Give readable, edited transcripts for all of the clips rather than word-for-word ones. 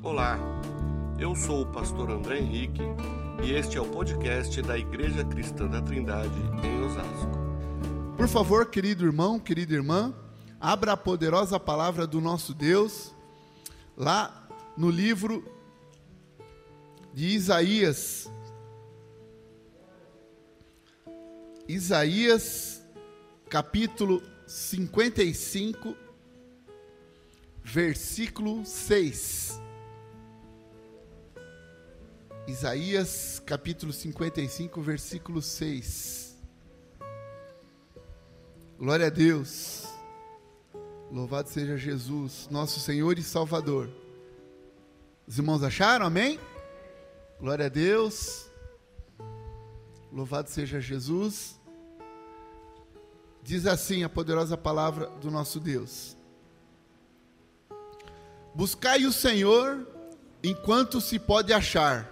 Olá, eu sou o pastor André Henrique e este é o podcast da Igreja Cristã da Trindade em Osasco. Por favor, querido irmão, querida irmã, abra a poderosa palavra do nosso Deus lá no livro de Isaías. Isaías, capítulo 55, versículo 6. Isaías, capítulo 55, versículo 6. Glória a Deus. Louvado seja Jesus, nosso Senhor e Salvador. Os irmãos acharam? Amém? Glória a Deus. Louvado seja Jesus. Diz assim a poderosa palavra do nosso Deus: buscai o Senhor enquanto se pode achar,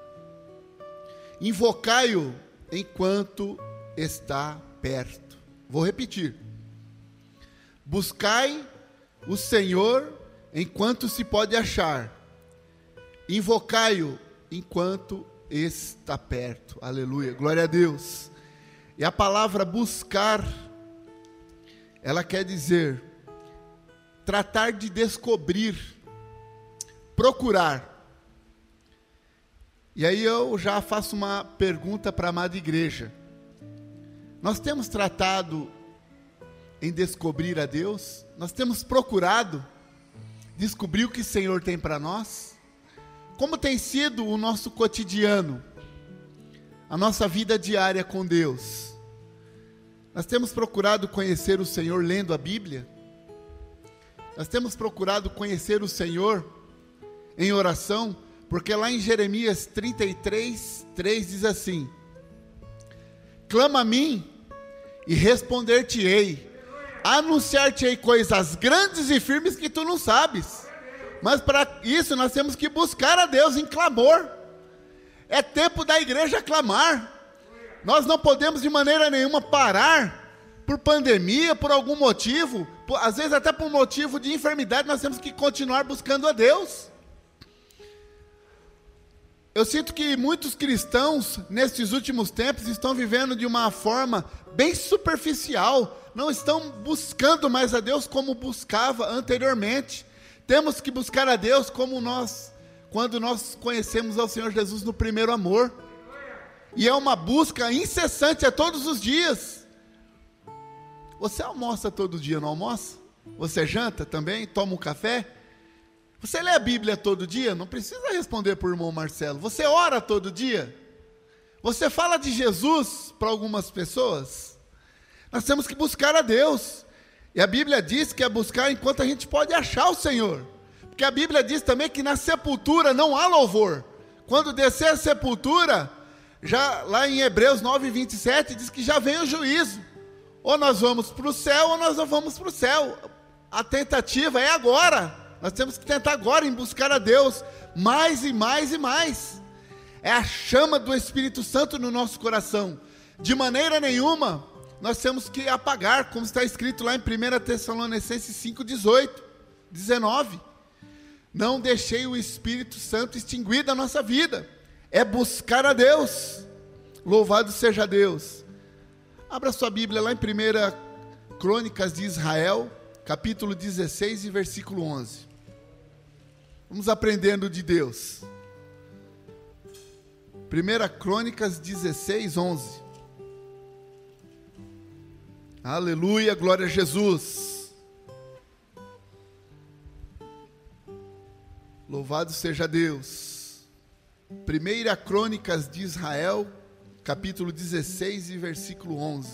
invocai-o enquanto está perto. Vou repetir: buscai o Senhor enquanto se pode achar, invocai-o enquanto está perto. Aleluia, glória a Deus. E a palavra buscar, ela quer dizer tratar de descobrir, procurar. E aí eu já faço uma pergunta para a amada igreja: nós temos tratado em descobrir a Deus? Nós temos procurado descobrir o que o Senhor tem para nós? Como tem sido o nosso cotidiano, a nossa vida diária com Deus? Nós temos procurado conhecer o Senhor lendo a Bíblia? Nós temos procurado conhecer o Senhor em oração? Porque lá em Jeremias 33, 3 diz assim: clama a mim e responder-te-ei, anunciar-te-ei coisas grandes e firmes que tu não sabes. Mas para isso nós temos que buscar a Deus em clamor. É tempo da igreja clamar. Nós não podemos de maneira nenhuma parar por pandemia, por algum motivo, às vezes até por motivo de enfermidade. Nós temos que continuar buscando a Deus. Eu sinto que muitos cristãos, nesses últimos tempos, estão vivendo de uma forma bem superficial. Não estão buscando mais a Deus como buscava anteriormente. Temos que buscar a Deus quando nós conhecemos ao Senhor Jesus no primeiro amor. E é uma busca incessante a todos os dias. Você almoça todo dia, não almoça? Você janta também? Toma um café? Você lê a Bíblia todo dia? Não precisa responder para o irmão Marcelo. Você ora todo dia? Você fala de Jesus para algumas pessoas? Nós temos que buscar a Deus. E a Bíblia diz que é buscar enquanto a gente pode achar o Senhor. Porque a Bíblia diz também que na sepultura não há louvor. Quando descer a sepultura, já lá em Hebreus 9, 27, diz que já vem o juízo. Ou nós vamos para o céu, ou nós não vamos para o céu. A tentativa é agora. Nós temos que tentar agora em buscar a Deus mais e mais e mais. É a chama do Espírito Santo no nosso coração. De maneira nenhuma nós temos que apagar, como está escrito lá em 1 Tessalonicenses 5, 18, 19. Não deixei o Espírito Santo extinguir da nossa vida. É buscar a Deus. Louvado seja Deus. Abra sua Bíblia lá em 1 Crônicas de Israel, capítulo 16 e versículo 11. Vamos aprendendo de Deus. 1 Crônicas 16, 11. Aleluia, glória a Jesus. Louvado seja Deus. 1 Crônicas de Israel, capítulo 16 e versículo 11.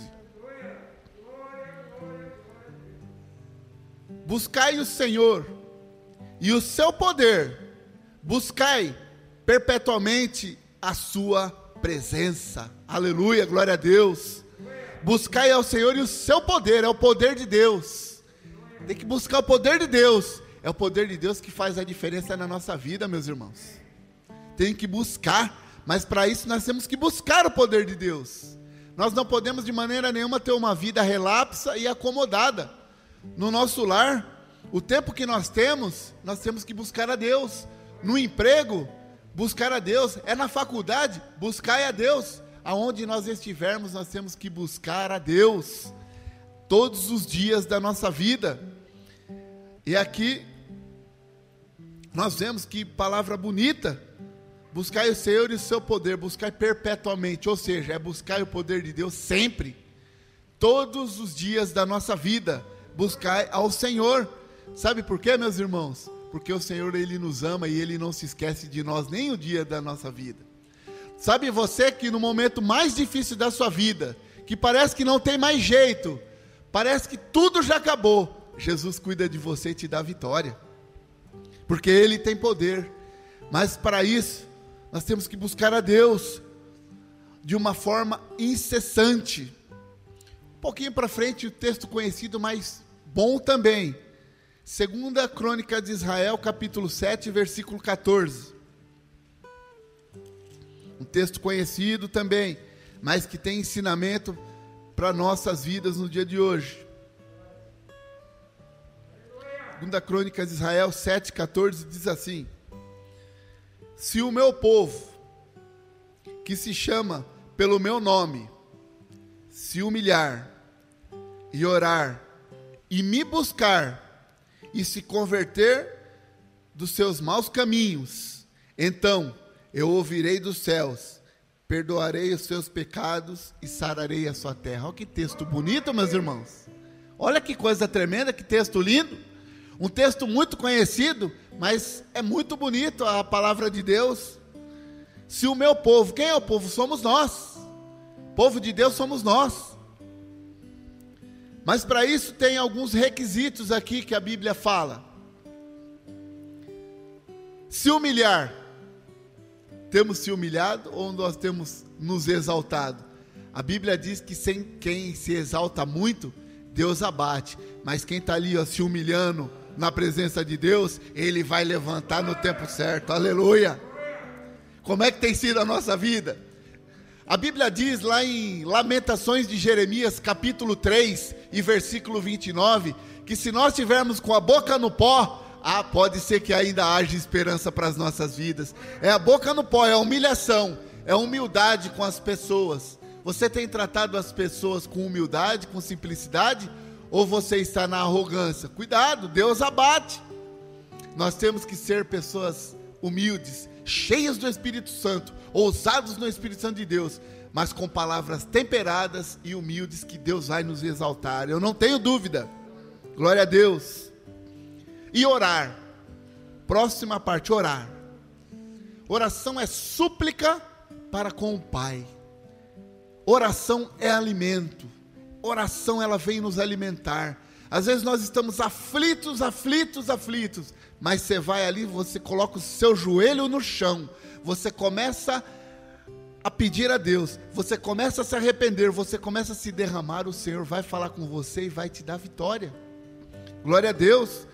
Buscai o Senhor e o seu poder, buscai perpetuamente a sua presença. Aleluia, glória a Deus. Buscai ao Senhor e o seu poder, é o poder de Deus. Tem que buscar o poder de Deus. É o poder de Deus que faz a diferença na nossa vida, meus irmãos. Tem que buscar, mas para isso nós temos que buscar o poder de Deus. Nós não podemos de maneira nenhuma ter uma vida relapsa e acomodada. No nosso lar, o tempo que nós temos que buscar a Deus. no emprego, buscar a Deus. É na faculdade, buscar a Deus. Aonde nós estivermos, nós temos que buscar a Deus, todos os dias da nossa vida. E aqui, nós vemos que palavra bonita, buscar o Senhor e o seu poder, buscar perpetuamente, ou seja, é buscar o poder de Deus sempre, todos os dias da nossa vida, buscar ao Senhor. Sabe por quê, meus irmãos? Porque o Senhor, Ele nos ama e Ele não se esquece de nós, nem o dia da nossa vida. Sabe você que no momento mais difícil da sua vida, que parece que não tem mais jeito, parece que tudo já acabou, Jesus cuida de você e te dá vitória, porque Ele tem poder. Mas para isso, nós temos que buscar a Deus, de uma forma incessante. Um pouquinho para frente, o texto conhecido, mas bom também, 2 Crônica de Israel, capítulo 7, versículo 14, um texto conhecido também, mas que tem ensinamento para nossas vidas no dia de hoje. 2 Crônicas de Israel 7,14 diz assim: se o meu povo, que se chama pelo meu nome, se humilhar e orar e me buscar e se converter dos seus maus caminhos, então eu ouvirei dos céus, perdoarei os seus pecados e sararei a sua terra. Olha que texto bonito, meus irmãos. Olha que coisa tremenda, que texto lindo. Um texto muito conhecido, mas é muito bonito a palavra de Deus. Se o meu povo, quem é o povo? Somos nós. O povo de Deus somos nós. Mas para isso tem alguns requisitos aqui que a Bíblia fala. Se humilhar. Temos se humilhado ou nós temos nos exaltado? A Bíblia diz que sem quem se exalta muito, Deus abate. Mas quem está ali se humilhando na presença de Deus, Ele vai levantar no tempo certo. Aleluia! Como é que tem sido a nossa vida? A Bíblia diz lá em Lamentações de Jeremias, capítulo 3 e versículo 29, que se nós estivermos com a boca no pó, pode ser que ainda haja esperança para as nossas vidas. É a boca no pó, é a humilhação, é a humildade com as pessoas. Você tem tratado as pessoas com humildade, com simplicidade? Ou você está na arrogância? Cuidado, Deus abate. Nós temos que ser pessoas humildes, cheias do Espírito Santo, ousados no Espírito Santo de Deus, mas com palavras temperadas e humildes, que Deus vai nos exaltar. Eu não tenho dúvida. Glória a Deus. E orar, próxima parte, orar. Oração é súplica para com o Pai. Oração é alimento. Oração, ela vem nos alimentar. Às vezes nós estamos aflitos, mas você vai ali, você coloca o seu joelho no chão, você começa a pedir a Deus, você começa a se arrepender, você começa a se derramar, o Senhor vai falar com você e vai te dar vitória. Glória a Deus.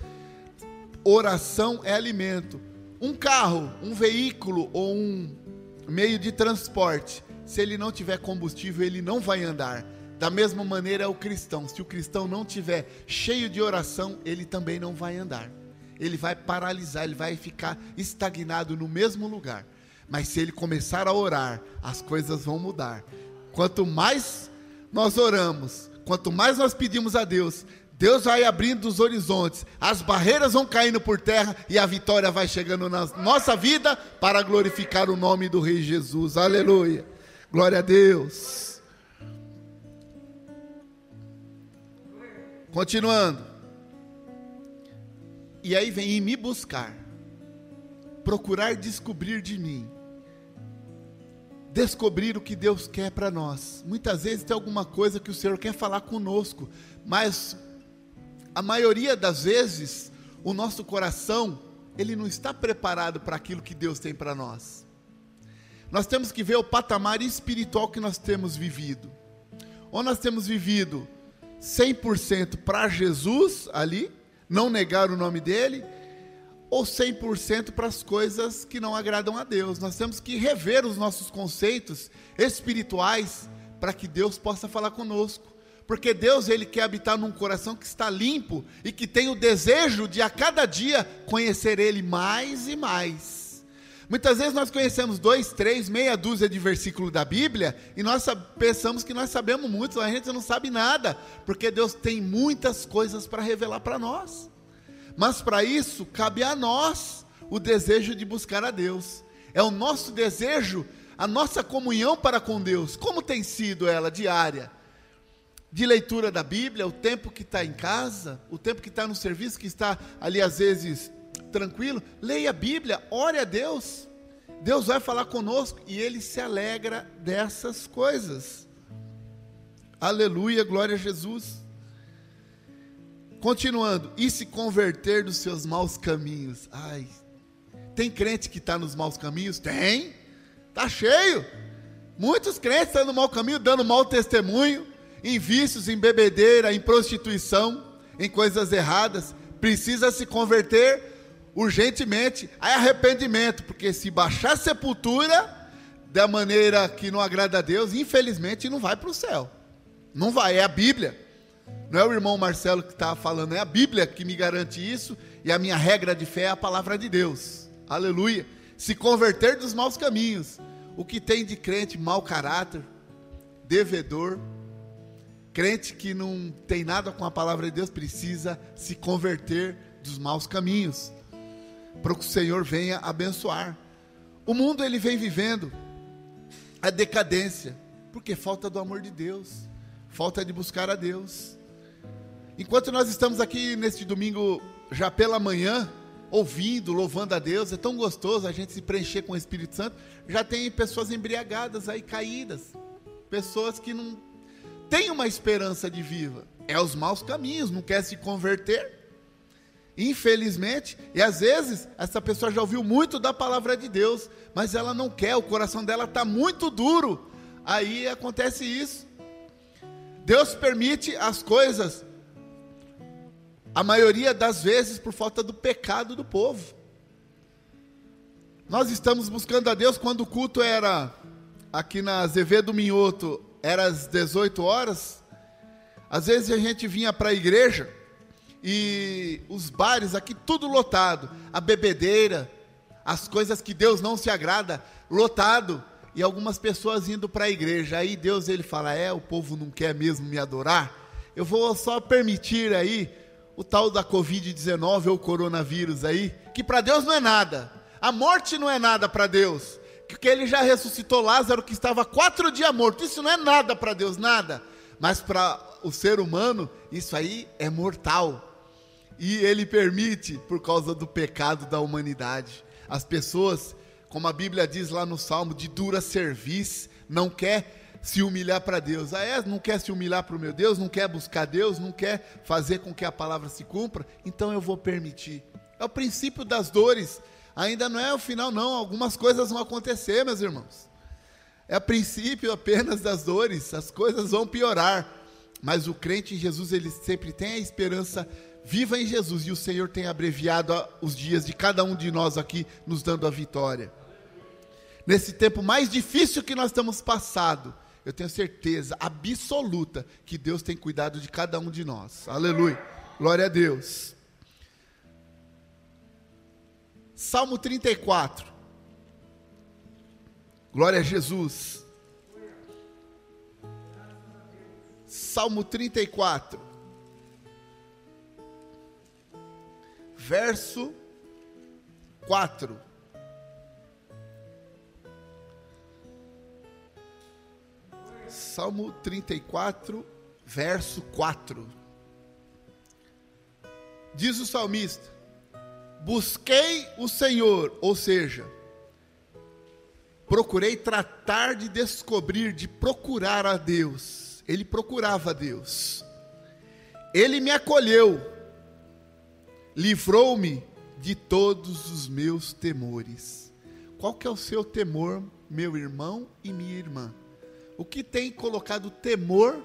Oração é alimento. Um carro, um veículo ou um meio de transporte, se ele não tiver combustível, ele não vai andar. Da mesma maneira é o cristão. Se o cristão não tiver cheio de oração, ele também não vai andar. Ele vai paralisar, ele vai ficar estagnado no mesmo lugar. Mas se ele começar a orar, as coisas vão mudar. Quanto mais nós oramos, quanto mais nós pedimos a Deus, Deus vai abrindo os horizontes, as barreiras vão caindo por terra e a vitória vai chegando na nossa vida para glorificar o nome do Rei Jesus. Aleluia. Glória a Deus. Continuando. E aí vem me buscar. Procurar descobrir de mim. Descobrir o que Deus quer para nós. Muitas vezes tem alguma coisa que o Senhor quer falar conosco, mas a maioria das vezes o nosso coração, ele não está preparado para aquilo que Deus tem para nós. Nós temos que ver o patamar espiritual que nós temos vivido. Ou nós temos vivido 100% para Jesus ali, não negar o nome dele, ou 100% para as coisas que não agradam a Deus. Nós temos que rever os nossos conceitos espirituais para que Deus possa falar conosco. Porque Deus, Ele quer habitar num coração que está limpo e que tem o desejo de a cada dia conhecer Ele mais e mais. Muitas vezes nós conhecemos 2, 3, meia dúzia de versículos da Bíblia e nós pensamos que nós sabemos muito, a gente não sabe nada, porque Deus tem muitas coisas para revelar para nós. Mas para isso, cabe a nós o desejo de buscar a Deus. É o nosso desejo, a nossa comunhão para com Deus. Como tem sido ela diária? De leitura da Bíblia, o tempo que está em casa, o tempo que está no serviço, que está ali às vezes tranquilo, leia a Bíblia, ore a Deus. Deus vai falar conosco e Ele se alegra dessas coisas. Aleluia, glória a Jesus. Continuando, e se converter dos seus maus caminhos. Ai, tem crente que está nos maus caminhos? Tem, está cheio. Muitos crentes estão no mau caminho, dando mau testemunho, em vícios, em bebedeira, em prostituição, em coisas erradas. Precisa se converter urgentemente. Aí arrependimento, porque se baixar a sepultura da maneira que não agrada a Deus, infelizmente não vai para o céu. Não vai, é a Bíblia. Não é o irmão Marcelo que está falando, é a Bíblia que me garante isso, e a minha regra de fé é a palavra de Deus. Aleluia. Se converter dos maus caminhos. O que tem de crente mau caráter, devedor, crente que não tem nada com a palavra de Deus, precisa se converter dos maus caminhos, para que o Senhor venha abençoar. O mundo, ele vem vivendo a decadência, porque falta do amor de Deus, falta de buscar a Deus. Enquanto nós estamos aqui neste domingo, já pela manhã, ouvindo, louvando a Deus, é tão gostoso a gente se preencher com o Espírito Santo. Já tem pessoas embriagadas aí, caídas, pessoas que não têm uma esperança de viva, é os maus caminhos, não quer se converter, infelizmente. E às vezes, essa pessoa já ouviu muito da palavra de Deus, mas ela não quer, o coração dela está muito duro, aí acontece isso. Deus permite as coisas, a maioria das vezes, por falta do pecado do povo. Nós estamos buscando a Deus. Quando o culto era aqui na Azevedo Minhoto, era às 18 horas, às vezes a gente vinha para a igreja, e os bares aqui tudo lotado, a bebedeira, as coisas que Deus não se agrada, lotado, e algumas pessoas indo para a igreja. Aí Deus, ele fala, o povo não quer mesmo me adorar, eu vou só permitir aí o tal da Covid-19 ou coronavírus aí, que para Deus não é nada, a morte não é nada para Deus, porque Ele já ressuscitou Lázaro, que estava 4 dias morto, isso não é nada para Deus, nada, mas para o ser humano, isso aí é mortal, e Ele permite, por causa do pecado da humanidade. As pessoas, como a Bíblia diz lá no Salmo, de dura cerviz, não quer se humilhar para Deus. Não quer se humilhar para o meu Deus, não quer buscar Deus, não quer fazer com que a palavra se cumpra, então eu vou permitir. É o princípio das dores, ainda não é o final não, algumas coisas vão acontecer, meus irmãos. É o princípio apenas das dores, as coisas vão piorar, mas o crente em Jesus, ele sempre tem a esperança viva em Jesus, e o Senhor tem abreviado os dias de cada um de nós aqui, nos dando a vitória. Nesse tempo mais difícil que nós estamos passando, eu tenho certeza absoluta que Deus tem cuidado de cada um de nós. Aleluia, glória a Deus. Salmo 34, glória a Jesus. Salmo 34, verso 4. Salmo 34, verso 4. Diz o salmista: busquei o Senhor, ou seja, procurei tratar de descobrir, de procurar a Deus. Ele procurava a Deus. Ele me acolheu, livrou-me de todos os meus temores. Qual que é o seu temor, meu irmão e minha irmã? O que tem colocado temor?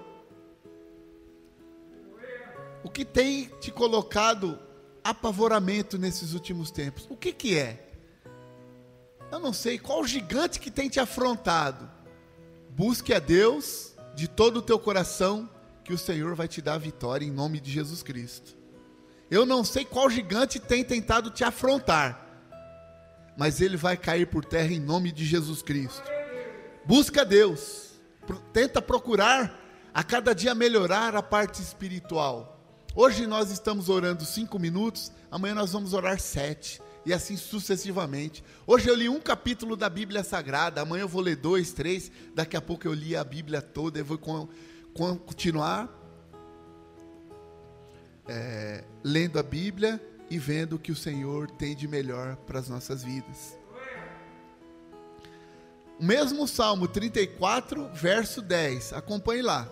O que tem te colocado apavoramento nesses últimos tempos? O que é? Eu não sei, qual o gigante que tem te afrontado? Busque a Deus de todo o teu coração que o Senhor vai te dar a vitória em nome de Jesus Cristo. Eu não sei qual gigante tem tentado te afrontar, mas ele vai cair por terra em nome de Jesus Cristo. Busca Deus, tenta procurar a cada dia melhorar a parte espiritual. Hoje nós estamos orando 5 minutos, amanhã nós vamos orar 7, e assim sucessivamente. Hoje eu li um capítulo da Bíblia Sagrada, amanhã eu vou ler 2, 3, daqui a pouco eu li a Bíblia toda, eu vou continuar lendo a Bíblia e vendo o que o Senhor tem de melhor para as nossas vidas. O mesmo Salmo 34, verso 10, acompanhe lá.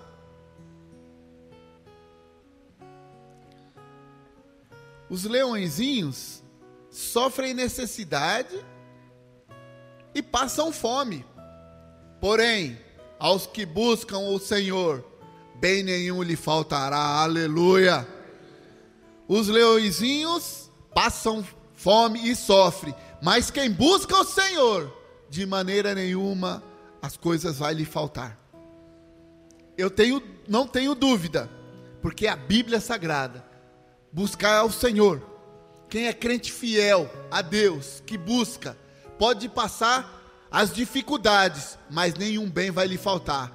Os leõezinhos sofrem necessidade e passam fome, porém, aos que buscam o Senhor, bem nenhum lhe faltará, aleluia. Os leõezinhos passam fome e sofrem, mas quem busca o Senhor, de maneira nenhuma as coisas vão lhe faltar. Não tenho dúvida, porque a Bíblia é sagrada. Buscar ao Senhor, quem é crente fiel a Deus, que busca, pode passar as dificuldades, mas nenhum bem vai lhe faltar.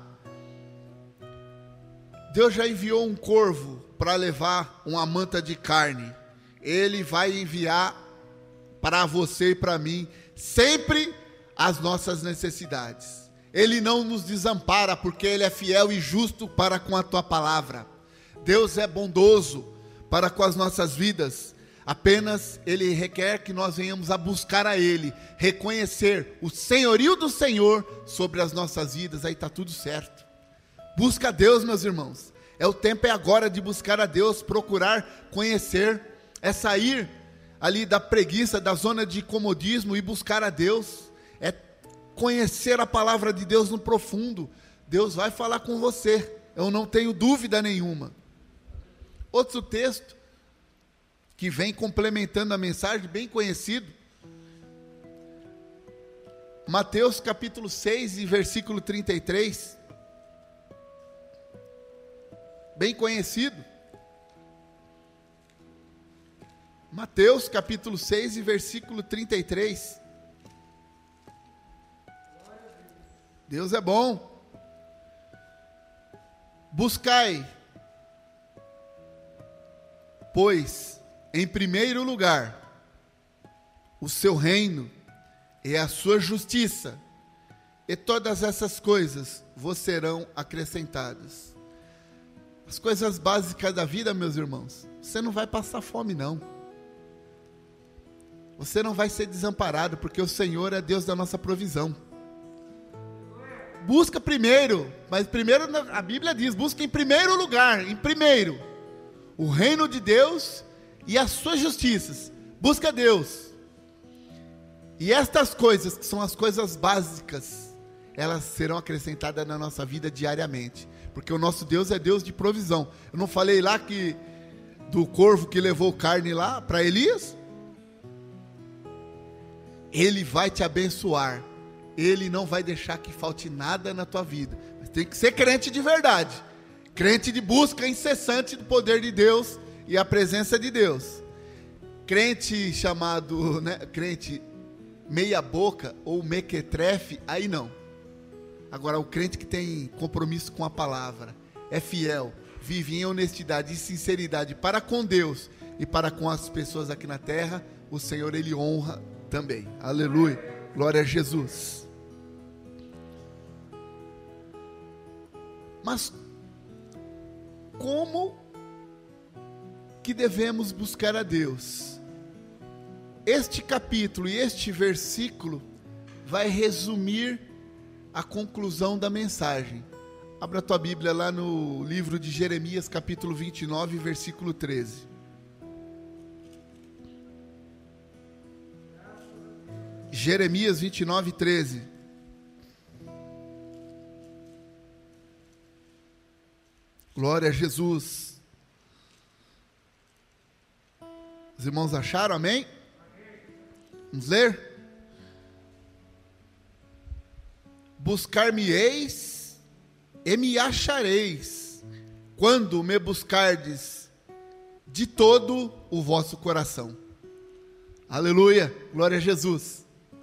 Deus já enviou um corvo para levar uma manta de carne. Ele vai enviar para você e para mim sempre as nossas necessidades. Ele não nos desampara, porque Ele é fiel e justo para com a tua palavra. Deus é bondoso para com as nossas vidas. Apenas Ele requer que nós venhamos a buscar a Ele, reconhecer o senhorio do Senhor sobre as nossas vidas, aí está tudo certo. Busca a Deus, meus irmãos. O tempo é agora de buscar a Deus, procurar conhecer, é sair ali da preguiça, da zona de comodismo e buscar a Deus, é conhecer a palavra de Deus no profundo. Deus vai falar com você, eu não tenho dúvida nenhuma. Outro texto que vem complementando a mensagem, bem conhecido, Mateus capítulo 6 e versículo 33, bem conhecido. Mateus capítulo 6 e versículo 33. Deus é bom. Buscai, pois, em primeiro lugar, o seu reino e a sua justiça, e todas essas coisas vos serão acrescentadas. As coisas básicas da vida, meus irmãos, você não vai passar fome, não. Você não vai ser desamparado, porque o Senhor é Deus da nossa provisão. Busca primeiro, mas primeiro a Bíblia diz, busca em primeiro lugar, o reino de Deus e as suas justiças. Busca Deus. E estas coisas, que são as coisas básicas, elas serão acrescentadas na nossa vida diariamente. Porque o nosso Deus é Deus de provisão. Eu não falei lá do corvo que levou carne lá para Elias? Ele vai te abençoar. Ele não vai deixar que falte nada na tua vida. Mas tem que ser crente de verdade. Crente de busca incessante do poder de Deus e a presença de Deus. Crente chamado, crente meia boca ou mequetrefe, aí não. Agora, o crente que tem compromisso com a palavra, é fiel, vive em honestidade e sinceridade para com Deus e para com as pessoas aqui na terra, o Senhor, Ele honra também. Aleluia, glória a Jesus. Mas como que devemos buscar a Deus? Este capítulo e este versículo vai resumir a conclusão da mensagem. Abra a tua Bíblia lá no livro de Jeremias, capítulo 29, versículo 13. Jeremias 29, 13. Glória a Jesus. Os irmãos acharam, amém? Vamos ler? Buscar-me-eis e me achareis, quando me buscardes de todo o vosso coração. Aleluia, glória a Jesus.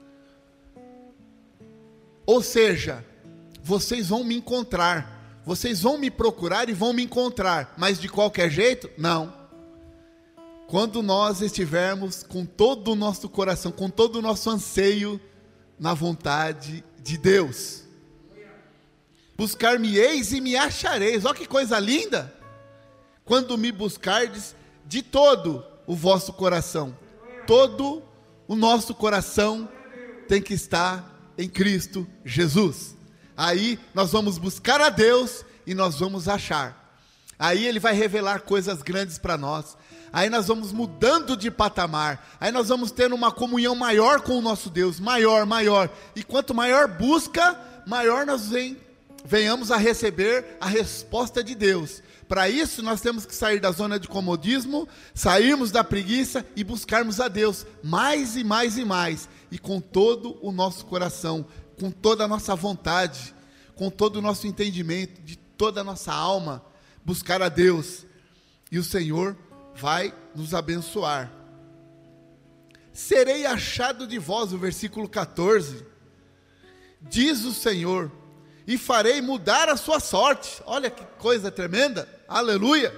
Ou seja, vocês vão me encontrar, vocês vão me procurar e vão me encontrar, mas de qualquer jeito? Não. Quando nós estivermos com todo o nosso coração, com todo o nosso anseio na vontade de Deus. Buscar-me-eis e me achareis. Olha que coisa linda! Quando me buscardes de todo o vosso coração. Todo o nosso coração tem que estar em Cristo Jesus. Aí nós vamos buscar a Deus e nós vamos achar. Aí Ele vai revelar coisas grandes para nós. Aí nós vamos mudando de patamar. Aí nós vamos tendo uma comunhão maior com o nosso Deus. Maior. E quanto maior busca, maior nós venhamos a receber a resposta de Deus. Para isso nós temos que sair da zona de comodismo, sairmos da preguiça e buscarmos a Deus mais e mais e mais. E com todo o nosso coração, com toda a nossa vontade, com todo o nosso entendimento, de toda a nossa alma, buscar a Deus. E o Senhor vai nos abençoar. Serei achado de vós, o versículo 14. Diz o Senhor, e farei mudar a sua sorte. Olha que coisa tremenda, aleluia.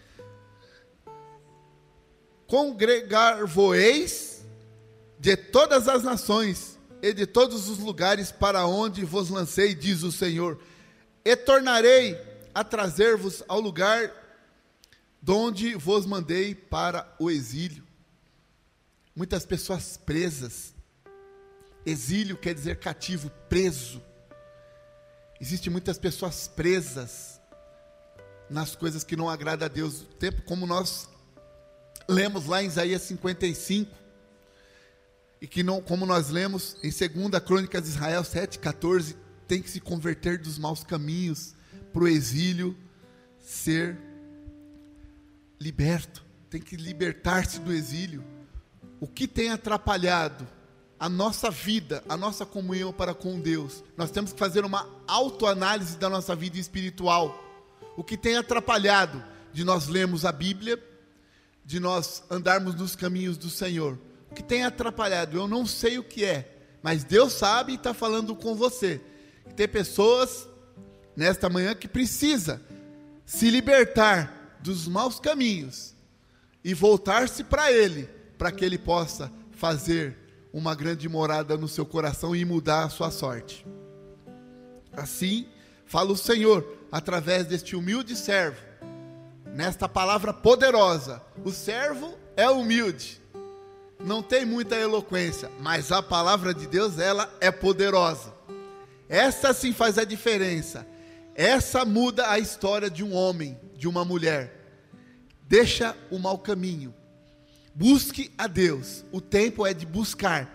Congregar-vos-eis de todas as nações e de todos os lugares para onde vos lancei, diz o Senhor, e tornarei a trazer-vos ao lugar donde vos mandei para o exílio. Muitas pessoas presas. Exílio quer dizer cativo, preso. Existem muitas pessoas presas nas coisas que não agradam a Deus. Tempo como nós lemos lá em Isaías 55, e que não, como nós lemos em 2 Crônicas de Israel 7:14, tem que se converter dos maus caminhos para o exílio ser liberto, tem que libertar-se do exílio. O que tem atrapalhado a nossa vida, a nossa comunhão para com Deus? Nós temos que fazer uma autoanálise da nossa vida espiritual. O que tem atrapalhado de nós lermos a Bíblia, de nós andarmos nos caminhos do Senhor? O que tem atrapalhado? Eu não sei o que é, mas Deus sabe e está falando com você. Tem pessoas nesta manhã que precisa se libertar dos maus caminhos e voltar-se para Ele, para que Ele possa fazer uma grande morada no seu coração e mudar a sua sorte. Assim fala o Senhor através deste humilde servo, nesta palavra poderosa. O servo é humilde, não tem muita eloquência, mas a palavra de Deus, ela é poderosa. Essa sim faz a diferença. Essa muda a história de um homem, de uma mulher. Deixa o mau caminho. Busque a Deus. O tempo é de buscar,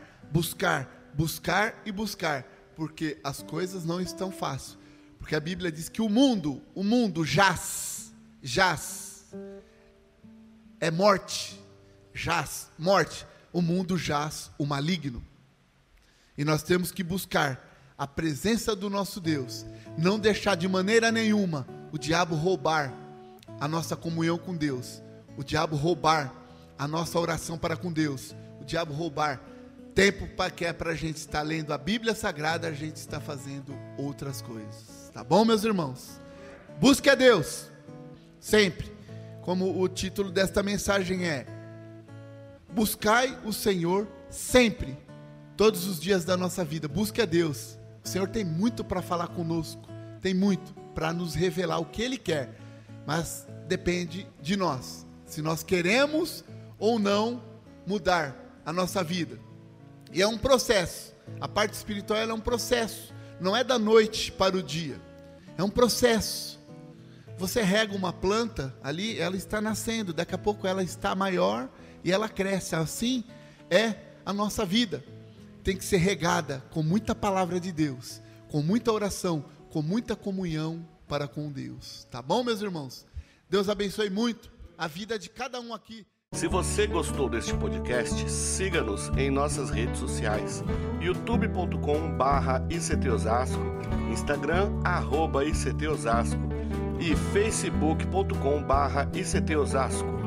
porque as coisas não estão fáceis. Porque a Bíblia diz que o mundo jaz, é morte, morte. O mundo jaz o maligno. E nós temos que buscar a presença do nosso Deus, não deixar de maneira nenhuma o diabo roubar a nossa comunhão com Deus, o diabo roubar a nossa oração para com Deus, o diabo roubar tempo que é para a gente estar lendo a Bíblia Sagrada, a gente está fazendo outras coisas, tá bom, meus irmãos? Busque a Deus, sempre, como o título desta mensagem é: buscai o Senhor sempre, todos os dias da nossa vida. Busque a Deus. O Senhor tem muito para falar conosco, tem muito para nos revelar o que Ele quer, mas depende de nós, se nós queremos ou não mudar a nossa vida. E é um processo. A parte espiritual ela é um processo, não é da noite para o dia, é um processo. Você rega uma planta ali, ela está nascendo, daqui a pouco ela está maior e ela cresce. Assim é a nossa vida. Tem que ser regada com muita palavra de Deus, com muita oração, com muita comunhão para com Deus. Tá bom, meus irmãos? Deus abençoe muito a vida de cada um aqui. Se você gostou deste podcast, siga-nos em nossas redes sociais, youtube.com/ICT Osasco, Instagram @ICT Osasco e facebook.com/ICT Osasco.